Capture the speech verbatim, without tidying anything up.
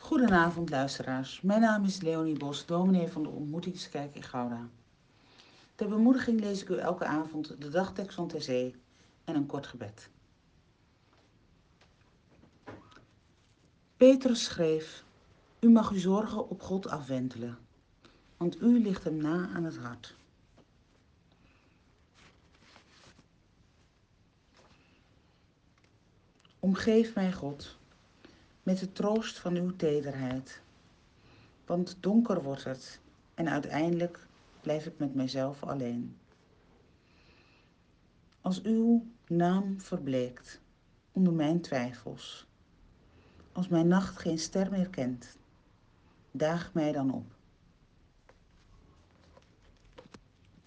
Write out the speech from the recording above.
Goedenavond luisteraars, mijn naam is Leonie Bos, dominee van de Ontmoetingskerk in Gouda. Ter bemoediging lees ik u elke avond de dagtekst van Ter Zee en een kort gebed. Petrus schreef, u mag uw zorgen op God afwentelen, want u ligt hem na aan het hart. Omgeef mij, God, met de troost van uw tederheid, want donker wordt het en uiteindelijk blijf ik met mijzelf alleen. Als uw naam verbleekt onder mijn twijfels, als mijn nacht geen ster meer kent, daag mij dan op.